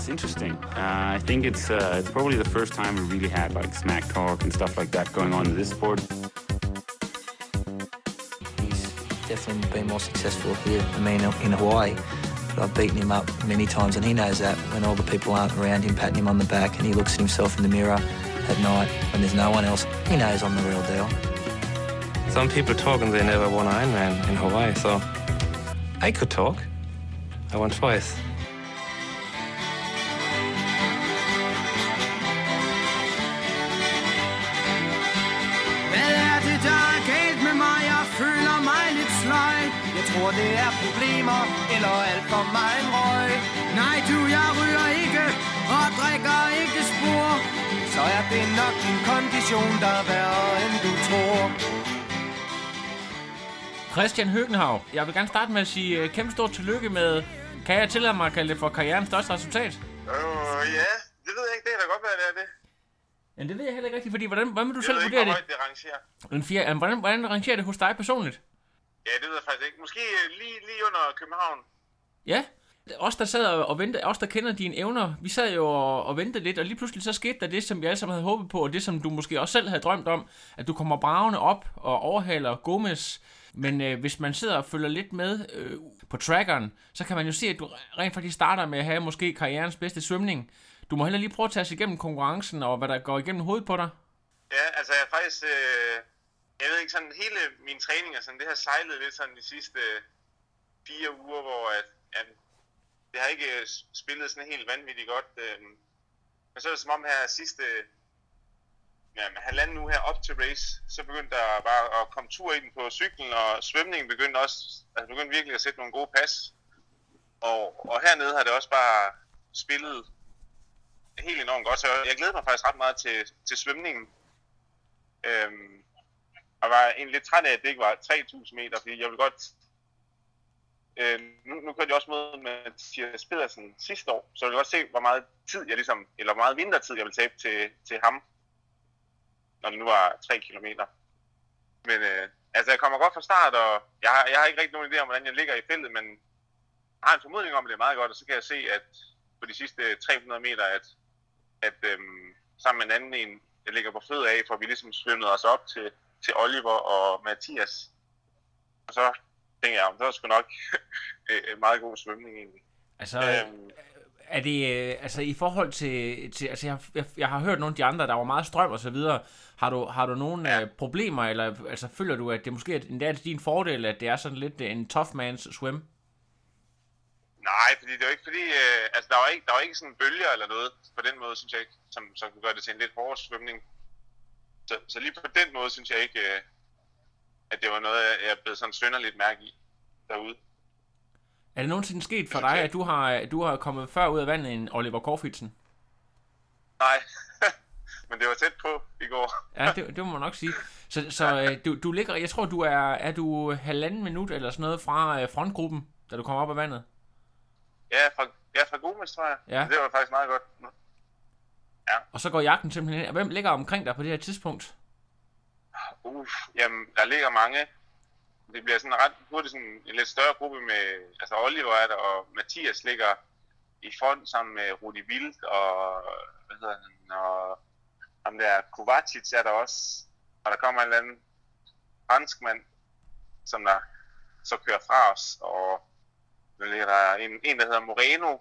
It's interesting. I think it's probably the first time we really had like smack talk and stuff like that going on in this sport. He's definitely been more successful here than me in Hawaii. But I've beaten him up many times, and he knows that when all the people aren't around him patting him on the back and he looks at himself in the mirror at night when there's no one else, he knows I'm the real deal. Some people talk and they never won an Ironman in Hawaii, so I could talk. I won twice. Hvad er det, der er galt med mig? Jeg føler mig lidt sløj. Jeg tror, det er problemer, eller alt for mig en røg. Nej, jeg ryger ikke, og drikker ikke spor. Så er det nok din kondition, der er værre, end du tror. Christian Høgenhav, jeg vil gerne starte med at sige kæmpe stort tillykke med, kan jeg tillade mig at kalde det for karrierens største resultat? Ja, det ved jeg ikke, det kan da godt være, det er det. Men det ved jeg heller ikke rigtigt, fordi hvordan vil du selv vurdere det? Jeg ved ikke, hvor højt det rangerer. Hvordan rangerer det hos dig personligt? Ja, det ved jeg faktisk ikke. Måske lige under København. Ja, os der sad og ventede, os der kender dine evner, vi sad jo og ventede lidt, og lige pludselig så skete der det, som vi alle sammen havde håbet på, og det som du måske også selv havde drømt om, at du kommer bragende op og overhaler Gomez. Men hvis man sidder og følger lidt med på trackeren, så kan man jo se, at du rent faktisk starter med at have måske karrierens bedste svømning. Du må heller lige prøve at tage sig igennem konkurrencen, og hvad der går igennem hovedet på dig. Ja, altså jeg faktisk, jeg ved ikke, sådan hele min træning og sådan, det har sejlet lidt sådan de sidste 4 uger, hvor at det har ikke spillet sådan helt vanvittigt godt. Men så er det som om her sidste halvanden uge her op til race, så begyndte der bare at komme tur i den på cyklen, og svømningen begyndte også, altså begyndte virkelig at sætte nogle gode pas. Og hernede har det også bare spillet helt enormt godt, så jeg glæder mig faktisk ret meget til svømningen. Og var egentlig lidt træt af, at det ikke var 3.000 meter, fordi jeg vil godt... Nu kørte jeg også møde med Mathias Pedersen sidste år, så jeg vil godt se, hvor meget tid jeg ligesom, eller hvor meget vintertid jeg vil tabe til ham, når det nu var 3 kilometer. Men altså, jeg kommer godt fra start, og jeg har ikke rigtig nogen idé om, hvordan jeg ligger i feltet, men jeg har en formodning om, at det er meget godt, og så kan jeg se, at på de sidste 300 meter, at sammen med en anden en, jeg ligger på fødder af, for vi ligesom svømmede os op til Oliver og Mathias. Og så tænker jeg, det var sgu nok en meget god svømning egentlig. Altså, er det, altså i forhold til altså jeg har hørt nogle af de andre, der var meget strøm og så videre. Har du nogle problemer, eller altså føler du, at det måske er til din fordel, at det er sådan lidt en tough man's swim? Nej, fordi det er jo ikke fordi, altså der var ikke sådan bølger eller noget på den måde, synes jeg ikke, som kunne gøre det til en lidt hårdere svømning. Så lige på den måde synes jeg ikke, at det var noget, jeg blev sådan sønderligt mærke i derude. Er det nogensinde sket for dig, at du har kommet før ud af vandet end Oliver Korfitsen? Nej, men det var tæt på i går. Ja, det må man nok sige. Så du ligger, jeg tror du er du 1,5 minut eller sådan noget fra frontgruppen, da du kommer op af vandet? Ja, fra Gomez, tror jeg. Ja. Det var faktisk meget godt. Ja. Og så går jagten simpelthen hen. Hvem ligger omkring dig på det her tidspunkt? Jamen, der ligger mange. Det bliver sådan ret hurtigt sådan en lidt større gruppe med, altså Oliver er der, og Mathias ligger i front sammen med Rudi Wild, og hvad hedder han, og ham der Kovacic er der også, og der kommer en eller anden fransk mand, som der så kører fra os, og der ligger der en der hedder Moreno.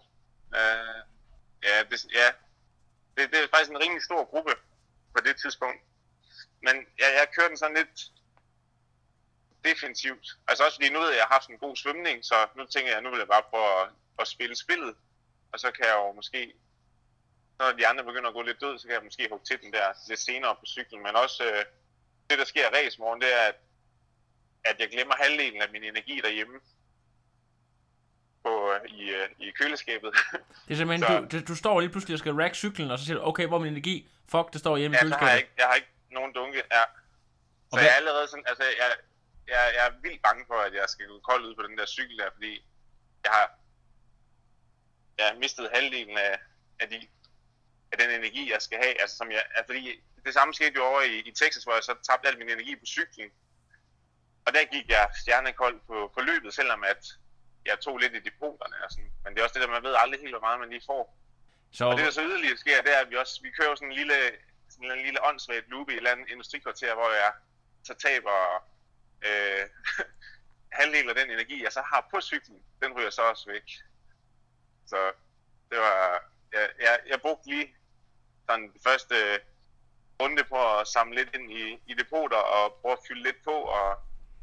Det er faktisk en rimelig stor gruppe på det tidspunkt. Men jeg kører den sådan lidt defensivt. Altså også fordi nu ved jeg har haft en god svømning, så nu tænker jeg, nu vil jeg bare prøve at spille spillet. Og så kan jeg jo måske, når de andre begynder at gå lidt død, så kan jeg måske hugge til den der lidt senere på cyklen. Men også det, der sker i race-morgen, det er, at jeg glemmer halvdelen af min energi derhjemme i køleskabet. Det er simpelthen, du står lige pludselig og skal rack cyklen, og så siger du, okay, hvor er min energi? Fuck, det står hjemme i køleskabet. Jeg har ikke nogen dunke, ja. Så jeg er allerede sådan, altså jeg er vildt bange for, at jeg skal gå kold ud på den der cykel der, fordi jeg har mistet halvdelen af den energi, jeg skal have. Altså, fordi det samme skete jo over i Texas, hvor jeg så tabte al min energi på cyklen. Og der gik jeg stjernekold på løbet, selvom at jeg tog lidt i depoterne og sådan. Men det er også det der, man ved aldrig helt, hvor meget man lige får. Så... Og det, der så yderligere sker, det er, at vi kører sådan en lille åndssvagt loop i et eller andet industrikvarter, hvor jeg så taber halvdelen af den energi, jeg så har på cyklen, den ryger så også væk. Så det var... Jeg brugte lige sådan den første runde på at samle lidt ind i depoter og prøve at fylde lidt på, og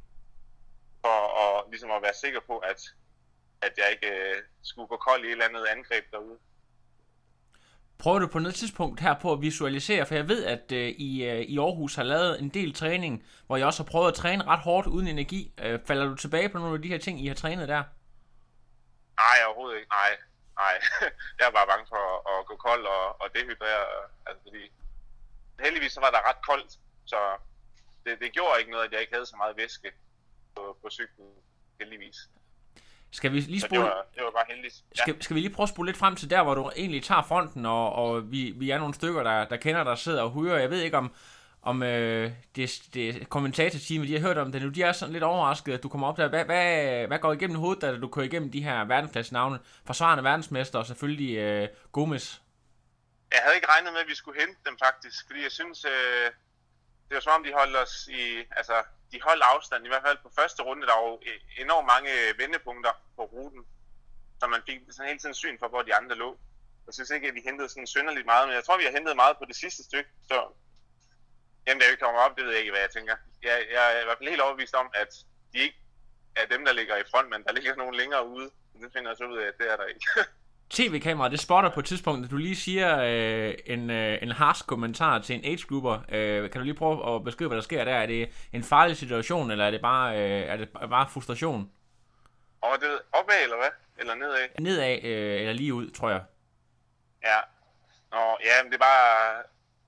for at, ligesom at være sikker på, at jeg ikke skulle gå kold i et eller andet angreb derude. Prøver du på noget tidspunkt her på at visualisere, for jeg ved, at I Aarhus har lavet en del træning, hvor jeg også har prøvet at træne ret hårdt uden energi. Falder du tilbage på nogle af de her ting, I har trænet der? Nej, overhovedet ikke. Nej. Jeg er bare bange for at gå kold og dehydrere. Altså, fordi heldigvis så var der ret koldt, så det gjorde ikke noget, at jeg ikke havde så meget væske på cyklen, heldigvis. Skal vi lige spole... Det var bare heldigt. Ja. Skal vi lige prøve at spole lidt frem til der, hvor du egentlig tager fronten, og vi er nogle stykker, der kender dig, sidder og hører. Jeg ved ikke, om det kommentatorteam, de har hørt om det nu, de er sådan lidt overrasket, at du kommer op der. Hvad går igennem hovedet, da du kører igennem de her verdenspladsnavne? Forsvarende verdensmester og selvfølgelig Gomes. Jeg havde ikke regnet med, at vi skulle hente dem faktisk, fordi jeg synes, det var som om de holdt os i... Altså, de holdt afstand, i hvert fald på første runde, der var jo enormt mange vendepunkter på ruten, så man fik sådan hele tiden syn for, hvor de andre lå. Jeg synes ikke, at vi hentede sådan synderligt meget, men jeg tror, vi har hentet meget på det sidste stykke, så jamen, da vi kommer op, det ved jeg ikke, hvad jeg tænker. Jeg er i hvert fald helt overbevist om, at de ikke er dem, der ligger i front, men der ligger nogen længere ude. Det finder jeg så ud af, at det er der ikke. TV-kamera, det spotter på et tidspunkt, at du lige siger en harsh kommentar til en age-grupper. Kan du lige prøve at beskrive, hvad der sker der? Er det en farlig situation, eller er det bare frustration? Og det opad, eller hvad? Eller nedad? Nedad, eller lige ud, tror jeg. Ja. Men det er bare...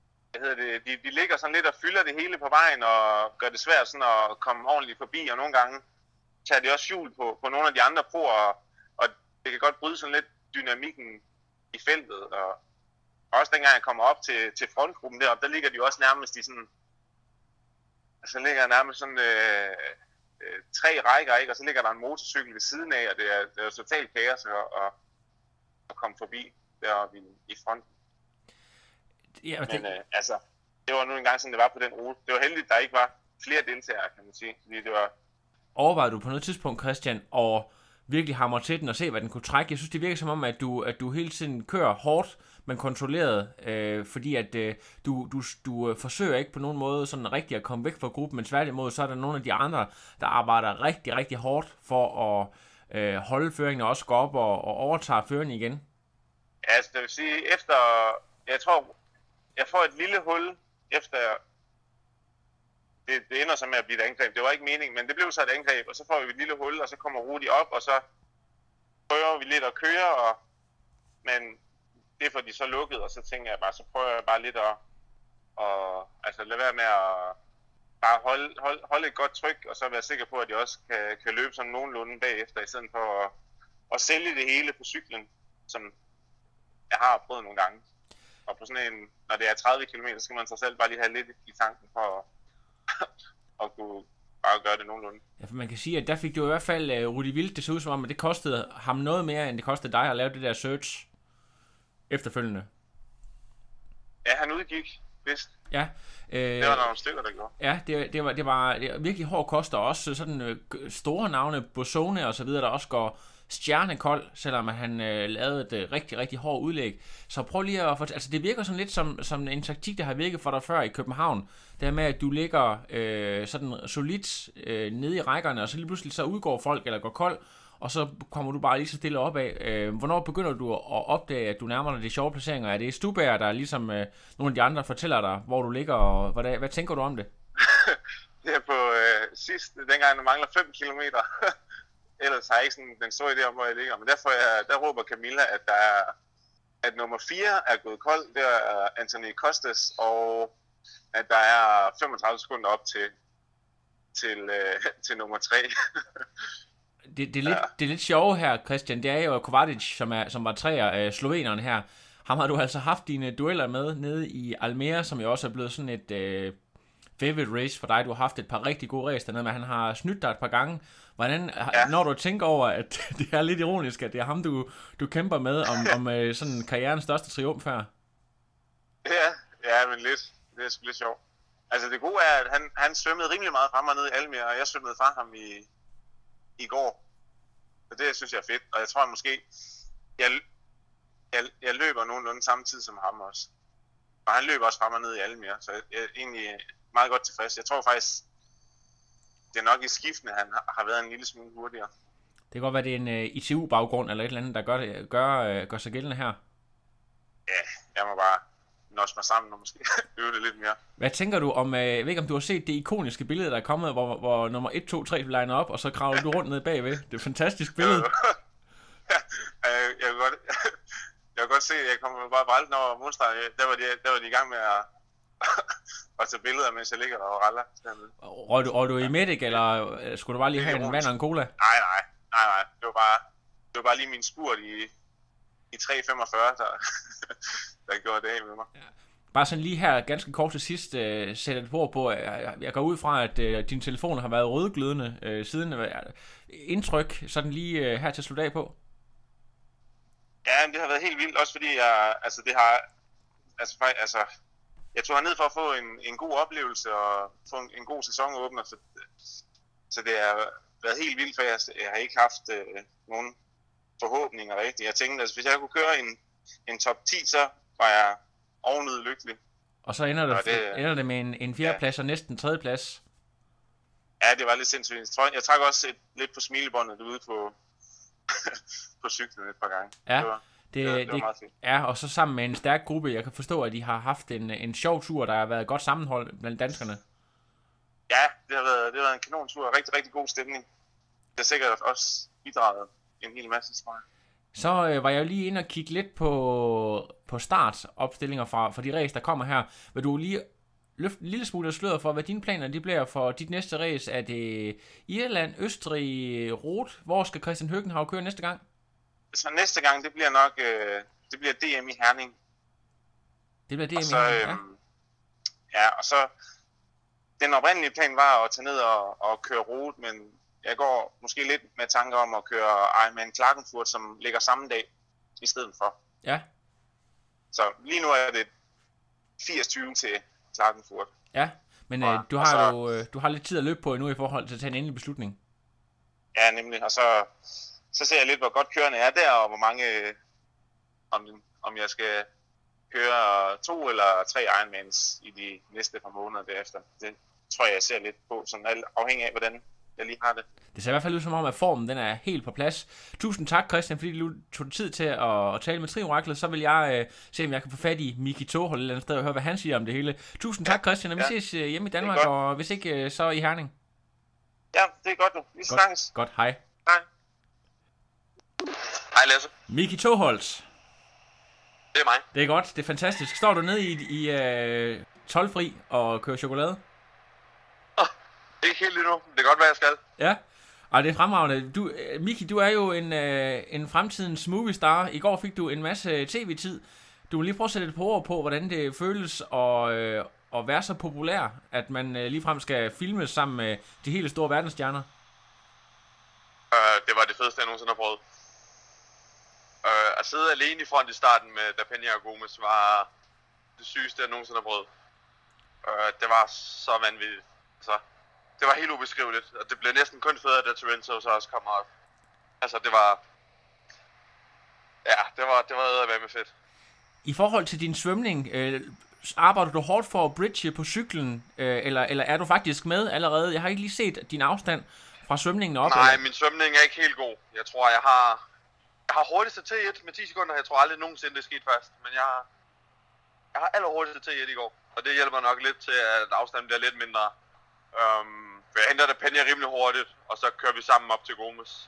De ligger sådan lidt og fylder det hele på vejen, og gør det svært sådan at komme ordentligt forbi, og nogle gange tager de også hjul på nogle af de andre broer, og det kan godt bryde sådan lidt dynamikken i feltet, og også dengang jeg kommer op til frontgruppen deroppe, der ligger de jo også nærmest i sådan, altså ligger nærmest sådan 3 rækker, ikke? Og så ligger der en motorcykel ved siden af, og det er totalt kaos at komme forbi deroppe i fronten. Ja, men altså, det var nu engang sådan, det var på den rute. Det var heldigt, at der ikke var flere deltagere, kan man sige, fordi det var... Overvejede du på noget tidspunkt, Christian, og virkelig hammer til den og se, hvad den kunne trække? Jeg synes, det virker som om, at du hele tiden kører hårdt, men kontrolleret, fordi at du forsøger ikke på nogen måde sådan rigtig at komme væk fra gruppen, men tværtimod, så er der nogle af de andre, der arbejder rigtig, rigtig hårdt for at holde føringen og også gå op og overtage føringen igen. Ja, altså det vil sige, efter, jeg tror, jeg får et lille hul efter, det ender så med at blive et angreb. Det var ikke meningen, men det blev så et angreb, og så får vi et lille hul, og så kommer Rudi op, og så prøver vi lidt at køre, men det får de så lukket, og så tænker jeg bare, så prøver jeg bare lidt at altså lade være med at bare holde et godt tryk, og så være sikker på, at jeg også kan løbe sådan nogenlunde bagefter, i stedet for at sælge det hele på cyklen, som jeg har prøvet nogle gange. Og på sådan en, når det er 30 km, så skal man sig selv bare lige have lidt i tanken for at kunne bare gøre det nogenlunde. Ja, for man kan sige, at der fik du i hvert fald Rudi Vildt, det så ud som om, at det kostede ham noget mere, end det kostede dig at lave det der search efterfølgende. Ja, han udgik, vist. Ja. Det var nogle stykker, der gjorde. Ja, det var virkelig hård kost, og også sådan store navne, Bosone og så videre, der også går stjernekold, selvom han lavede et rigtig, rigtig hårdt udlæg. Så prøv lige at altså det virker sådan lidt som en taktik, der har virket for dig før i København. Det er med, at du ligger sådan solidt nede i rækkerne, og så lige pludselig så udgår folk eller går kold, og så kommer du bare lige så stille op af. Hvornår begynder du at opdage, at du nærmer dig de sjove placeringer? Er det Stubager, der ligesom nogle af de andre fortæller dig, hvor du ligger, og hvad tænker du om det? Det er på sidst, dengang der mangler 5 kilometer. Ellers har jeg ikke sådan den store idé om, hvor jeg ligger. Men der råber Camilla, at nummer 4 er gået kold. Det er Anthony Costes, og at der er 35 sekunder op til nummer 3. Det er lidt sjove her, Christian. Det er jo Kovacic, som var træer, sloveneren her. Ham har du altså haft dine dueller med nede i Almere, som jo også er blevet sådan et favorite race for dig? Du har haft et par rigtig gode race dernede, men han har snydt dig et par gange. Hvordan, når du tænker over, at det er lidt ironisk, at det er ham, du kæmper med om sådan karrierens største triumf her? Ja, men lidt. Det er sgu lidt sjovt. Altså det gode er, at han svømmede rimelig meget frem og ned i Almere, og jeg svømmede fra ham i går. Så det synes jeg er fedt, og jeg tror måske, jeg løber nogenlunde samme tid som ham også. Og han løber også frem og ned i Almere, så jeg er egentlig meget godt tilfreds. Jeg tror faktisk, det er nok i skiftene, han har været en lille smule hurtigere. Det kan godt være, det er en ITU-baggrund eller et eller andet, der gør sig gældende her. Ja, jeg må bare nøjes mig sammen og måske øve det lidt mere. Hvad tænker du om, jeg ved ikke om du har set det ikoniske billede, der er kommet, hvor nummer 1, 2, 3 liner op, og så kravler du rundt ned bagved. Det er et fantastisk billede. Jeg kan godt se, at jeg kommer bare brælden over modstanden. Der var de i gang med at tage billeder, mens jeg ligger der og raller. Røg du i Medic, eller skulle du bare lige have en vand og en cola? Nej. Det var bare lige min spurt i 3.45, der gjorde det af med mig. Ja. Bare sådan lige her, ganske kort til sidst, sætte et ord på, jeg går ud fra, at dine telefoner har været rødglødende siden. Indtryk, sådan lige her til at slutte af på? Ja, det har været helt vildt, også fordi jeg tog herned for at få en god oplevelse og få en god sæsonåbner, så det har været helt vildt, for jeg har ikke haft nogen forhåbninger rigtigt. Jeg tænkte, at hvis jeg kunne køre en top 10, så var jeg ovenud lykkelig. Og så ender det med en fjerdeplads og næsten tredjeplads. Ja, det var lidt sindssygt. Jeg trak også lidt på smilebåndet ude på cyklen et par gange. Ja, det var meget fint. Ja, og så sammen med en stærk gruppe. Jeg kan forstå, at de har haft en sjov tur, der har været godt sammenhold blandt danskerne. Ja, det har været en kanontur. Rigtig, rigtig god stemning. Det har sikkert også bidraget en hel masse, tror jeg. Så var jeg jo lige inde og kigge lidt på startopstillinger fra de race, der kommer her. Vil du lige løfte en lille smule af sløret for, hvad dine planer de bliver for dit næste race? Er det Irland, Østrig, Roth? Hvor skal Christian Høgenhav køre næste gang? Så næste gang, det bliver nok det bliver DM i Herning. Det bliver DM i Herning, ja. Og så den oprindelige plan var at tage ned og køre Roth, men jeg går måske lidt med tanker om at køre Ironman Klagenfurt, som ligger samme dag i stedet for. Ja. Så lige nu er det 80-20 til Klagenfurt. Ja, men du har lidt tid at løbe på endnu i forhold til at tage en endelig beslutning. Ja, nemlig. Og så ser jeg lidt, hvor godt kørende er der, og hvor mange, om jeg skal køre 2 eller 3 Ironmans i de næste par måneder derefter. Det tror jeg ser lidt på, sådan afhængig af, hvordan jeg lige har det. Det ser i hvert fald ud som om, at formen den er helt på plads. Tusind tak, Christian, fordi du tog tid til at tale med Trioraklet. Så vil jeg se, om jeg kan få fat i Miki Toholt et eller andet sted og høre, hvad han siger om det hele. Tusind tak, Christian, og vi ses hjemme i Danmark, og hvis ikke, så i Herning. Ja, det er godt nu. Vi snakkes. Godt, hej. Hej, Lasse. Miki Toholt. Det er mig. Det er godt, det er fantastisk. Står du nede i toldfri og kører chokolade? Ikke helt endnu. Det kan godt være, jeg skal. Ja, og det er fremragende. Miki, du er jo en fremtidens movie star. I går fik du en masse tv-tid. Du vil lige prøve at sætte et par ord på, hvordan det føles at være så populær, at man ligefrem skal filmes sammen med de hele store verdensstjerner. Det var det fedeste, jeg nogensinde har prøvet. At sidde alene i front i starten med Da Peña og Gomes var det sygeste, jeg nogensinde har prøvet. Det var så vanvittigt. Altså, det var helt ubeskriveligt, og det blev næsten kun federe, da Torrento så også kom op. Altså, det var eddermame fedt. I forhold til din svømning, arbejder du hårdt for at bridge på cyklen, eller er du faktisk med allerede? Jeg har ikke lige set din afstand fra svømningen op. Nej, min svømning er ikke helt god. Jeg tror, jeg har hurtigste T1 med 10 sekunder. Jeg tror aldrig nogensinde, det skete fast. Men jeg har allerhurtigste T1 i går. Og det hjælper nok lidt til, at afstanden bliver lidt mindre. Jeg henter Da Peña rimelig hurtigt, og så kører vi sammen op til Gomes.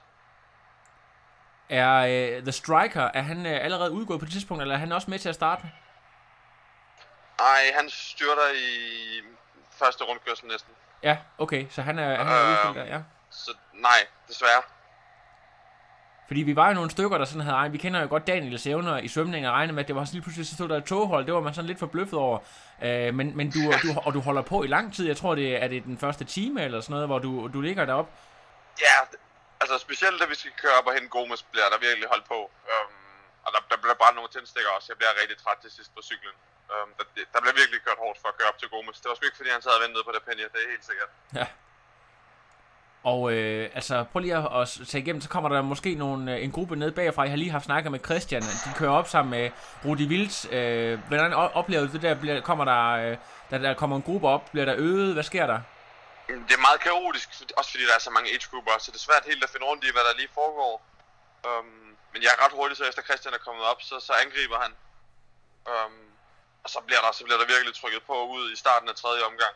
Er The Striker, er han allerede udgået på det tidspunkt, eller er han også med til at starte? Nej, han styrter i første rundkørsel næsten. Ja, okay, så han er udgået der, ja. Så nej, desværre. Fordi vi var jo nogle stykker, der sådan havde regnet. Vi kender jo godt Daniels evner i svømning og regnet med, at det var sådan lige pludselig, så stod der et toghold. Det var man sådan lidt forbløffet over. Men du holder på i lang tid. Jeg tror, det er den første time eller sådan noget, hvor du ligger deroppe. Ja, altså specielt da vi skal køre op og hente Gomes, bliver der virkelig holdt på. Og der bliver bare nogle tændstikker også. Jeg bliver rigtig træt til sidst på cyklen. Der bliver virkelig kørt hårdt for at køre op til Gomes. Det var sgu ikke, fordi han sad og ventede på Dapenia. Det er helt sikkert. Ja. Og altså, prøv lige at tage igennem, så kommer der måske en gruppe ned bagfra. Jeg har lige haft snakket med Christian. De kører op sammen med Rudi Wildt. Hvordan oplever du det der? Der kommer en gruppe op, bliver der øget? Hvad sker der? Det er meget kaotisk, også fordi der er så mange age-grupper, så det er svært helt at finde rundt i, hvad der lige foregår. Men jeg er ret hurtigt, så efter Christian er kommet op, så angriber han. Og så bliver der virkelig trykket på ud i starten af 3. omgang.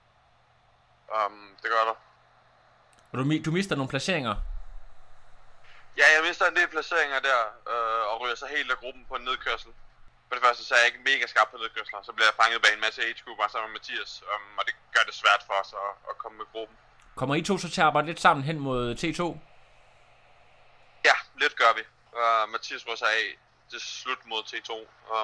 Det gør der. Og du mister nogle placeringer? Ja, jeg mister en del placeringer der, og ryger så helt af gruppen på en nedkørsel. For det første så er jeg ikke mega skarp på nedkørsler, så bliver jeg fanget bag en masse age-grupper sammen med Mathias, og det gør det svært for os at komme med gruppen. Kommer I to så til at arbejde lidt sammen hen mod T2? Ja, lidt gør vi. Mathias ryger sig af til slut mod T2.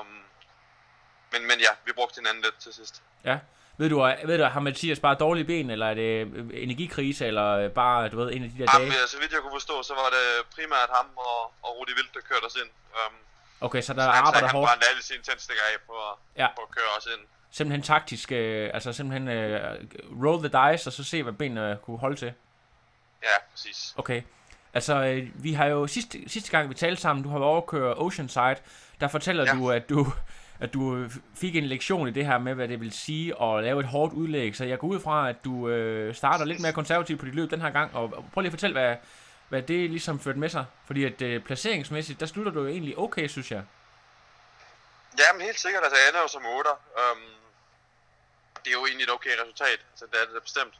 Men ja, vi brugte hinanden lidt til sidst. Ja. Ved du, har Mathias bare dårlige ben, eller er det energikrise, eller bare, du ved, en af de der dage? Jamen, så vidt jeg kunne forstå, så var det primært ham og Rudi Wildt, der kørte os ind. Okay, så der arbejder hårdt. Han brændte alle sine tændstikker af på at køre os ind. Simpelthen taktisk, altså simpelthen roll the dice, og så se, hvad benene kunne holde til. Ja, præcis. Okay. Altså, vi har jo sidste gang, vi talte sammen, du har været over at køre Oceanside, der fortæller du, at du fik en lektion i det her med, hvad det vil sige at lave et hårdt udlæg. Så jeg går ud fra, at du starter lidt mere konservativt på dit løb den her gang, og prøv lige at fortælle, hvad det ligesom førte med sig. Fordi at placeringsmæssigt, der slutter du jo egentlig okay, synes jeg. Jamen helt sikkert, altså jeg ender jo som 8. Det er jo egentlig et okay resultat, så det er det bestemt.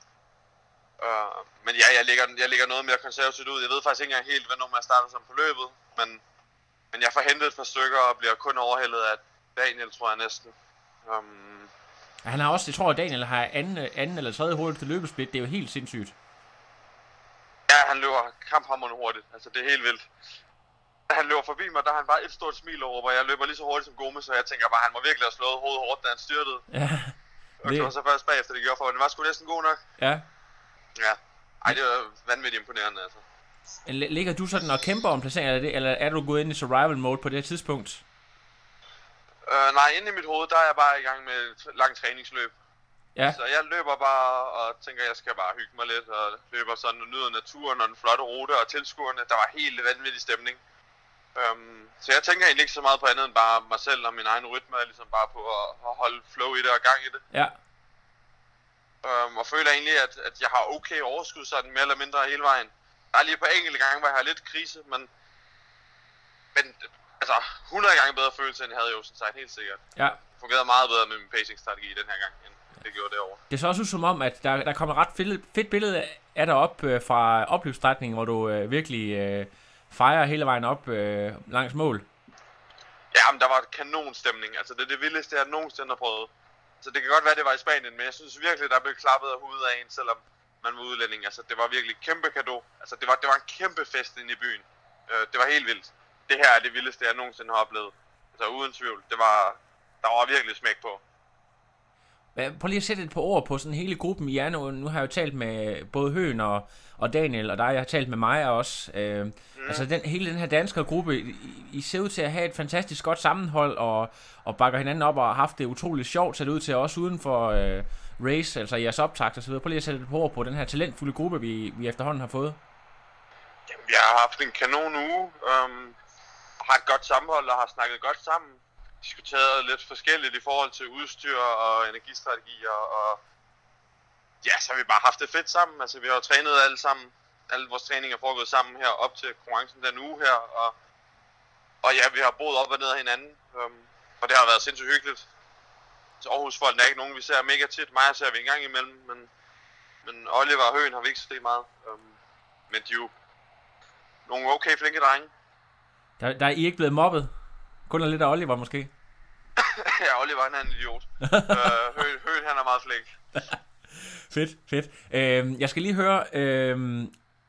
Men ja, jeg ligger noget mere konservativt ud. Jeg ved faktisk ikke engang helt, hvad nummer jeg starter som på løbet, men jeg får hentet et par stykker og bliver kun overhældet af Daniel, tror jeg næsten. Han har også, jeg tror, at Daniel har anden eller tredje hurtigste løbesplit. Det er jo helt sindssygt. Ja, han løber kamphamrende hurtigt. Altså, det er helt vildt. Da han løber forbi mig, der har han bare et stort smil over, hvor jeg løber lige så hurtigt som Gomes, så jeg tænker bare, han må virkelig have slået hovedet hårdt, da han styrtede. Ja. Og det var så først bagefter, det gjorde for, men det var sgu næsten god nok. Ja. Ja. Ej, det var vanvittigt imponerende, altså. Ligger du sådan og kæmper om placeringen, eller er du gået ind i survival mode på det her tidspunkt? Nej, inde i mit hoved, der er jeg bare i gang med et langt træningsløb. Ja. Så jeg løber bare og tænker, jeg skal bare hygge mig lidt, og løber sådan og nyder naturen og den flotte rute og tilskuerne. Der var helt vanvittig stemning. Så jeg tænker egentlig ikke så meget på andet end bare mig selv og min egen rytme, ligesom bare på at holde flow i det og gang i det. Ja. Og føler egentlig, at jeg har okay overskud sådan mere eller mindre hele vejen. Der er lige et par enkelte gange, hvor jeg har lidt krise, men altså 100 gange bedre følelse, end jeg havde i Oceanside, helt sikkert. Ja. Det fungerede meget bedre med min pacing-strategi den her gang, end det gjorde derovre. Det så også ud som om, at der kommer et ret fedt billede af dig op fra opløbsstrækningen, hvor du virkelig fejrer hele vejen op langs mål. Ja, men der var kanonstemning. Altså det er det vildeste, jeg nogensinde har prøvet. Så det kan godt være, det var i Spanien, men jeg synes virkelig, der blev klappet af hovedet af en, selvom man var udlænding. Altså det var virkelig kæmpe cadeau. Altså det var en kæmpe fest inde i byen. Det var helt vildt. Det her er det vildeste, jeg nogensinde har oplevet. Altså uden tvivl. Der var virkelig smæk på. Prøv lige at sætte et par ord på sådan hele gruppen. Ja, nu har jeg jo talt med både Høen og Daniel, og dig, jeg har talt med mig også. Altså hele den her danske gruppe, I ser ud til at have et fantastisk godt sammenhold, og bakker hinanden op og har haft det utroligt sjovt, ser det ud til også uden for race, altså jeres optakt og så videre. Prøv lige at sætte et par ord på den her talentfulde gruppe, vi efterhånden har fået. Jamen, jeg har haft en kanon uge, har et godt sammenhold og har snakket godt sammen. Diskuteret lidt forskelligt i forhold til udstyr og energistrategier, og ja, så har vi bare haft det fedt sammen. Altså, vi har jo trænet alle sammen. Alle vores træninger er foregået sammen her op til konkurrencen den uge her, og ja, vi har boet op og ned af hinanden, og det har været sindssygt hyggeligt. Så Aarhus-folkene er ikke nogen, vi ser mega tit. Mig ser vi en gang imellem, men Oliver og Høen har vi ikke set meget. Men de er jo nogle okay flinke drenge. Der er I ikke blevet mobbet? Kun er lidt af Oliver måske? Ja, Oliver han er en idiot. Høen han er meget flink. Fedt. Jeg skal lige høre,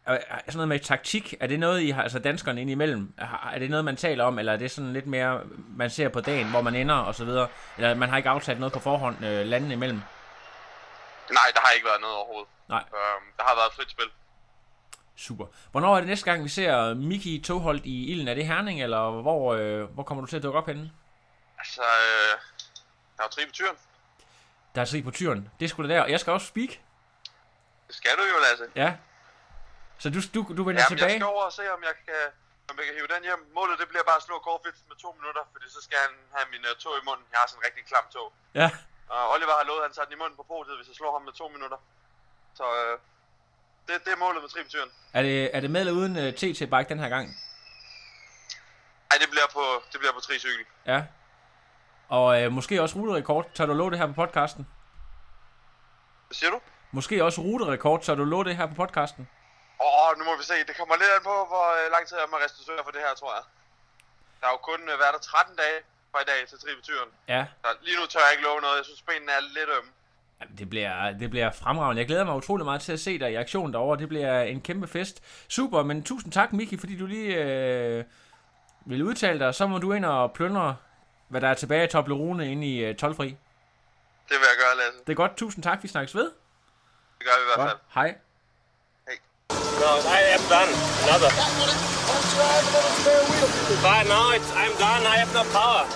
sådan noget med taktik, er det noget, I har, altså danskerne indimellem, er det noget, man taler om, eller er det sådan lidt mere, man ser på dagen, hvor man ender og så videre, eller man har ikke aftalt noget på forhånd landene imellem? Nej, der har ikke været noget overhovedet. Nej. Der har været frit spil. Super. Hvornår er det næste gang, vi ser Miki Togholt i ilden? Er det Herning, eller hvor kommer du til at dukke op henne? Altså, der er jo 3 på tyren. Der er 3 på tyren. Det er sgu da der. Og jeg skal også speak. Det skal du jo, Lasse. Ja. Så du vender tilbage? Jeg skal over og se, om jeg kan hive den hjem. Målet, det bliver bare at slå Corfitz med 2 minutter, fordi så skal han have min tog i munden. Jeg har sådan en rigtig klam tog. Ja. Og Oliver har lovet, at han tager den i munden på podiet, hvis jeg slår ham med 2 minutter. Så det er målet med 3 på tyren. Er det med eller uden TT-bike den her gang? Nej, det bliver på tricykel. Ja. Og måske også ruterekord. Tør du love det her på podcasten? Hvad siger du? Måske også ruterekord. Tør du love det her på podcasten? Nu må vi se. Det kommer lidt an på, hvor lang tid jeg må restituere for det her, tror jeg. Der har jo kun været der 13 dage fra i dag til tributyren. Ja. Så lige nu tør jeg ikke love noget. Jeg synes, benene er lidt ømme. Jamen, det bliver fremragende. Jeg glæder mig utrolig meget til at se dig i aktion derovre. Det bliver en kæmpe fest. Super, men tusind tak, Miki, fordi du lige vil udtale dig. Så må du ind og plyndre, hvad der er tilbage i Toblerone inde i Toldfri. Det vil jeg gøre, Lasse. Det er godt. Tusind tak. Vi snakkes ved. Det gør vi i hvert fald. Hej. No, I am done. Another. But no, I'm done. I have no power.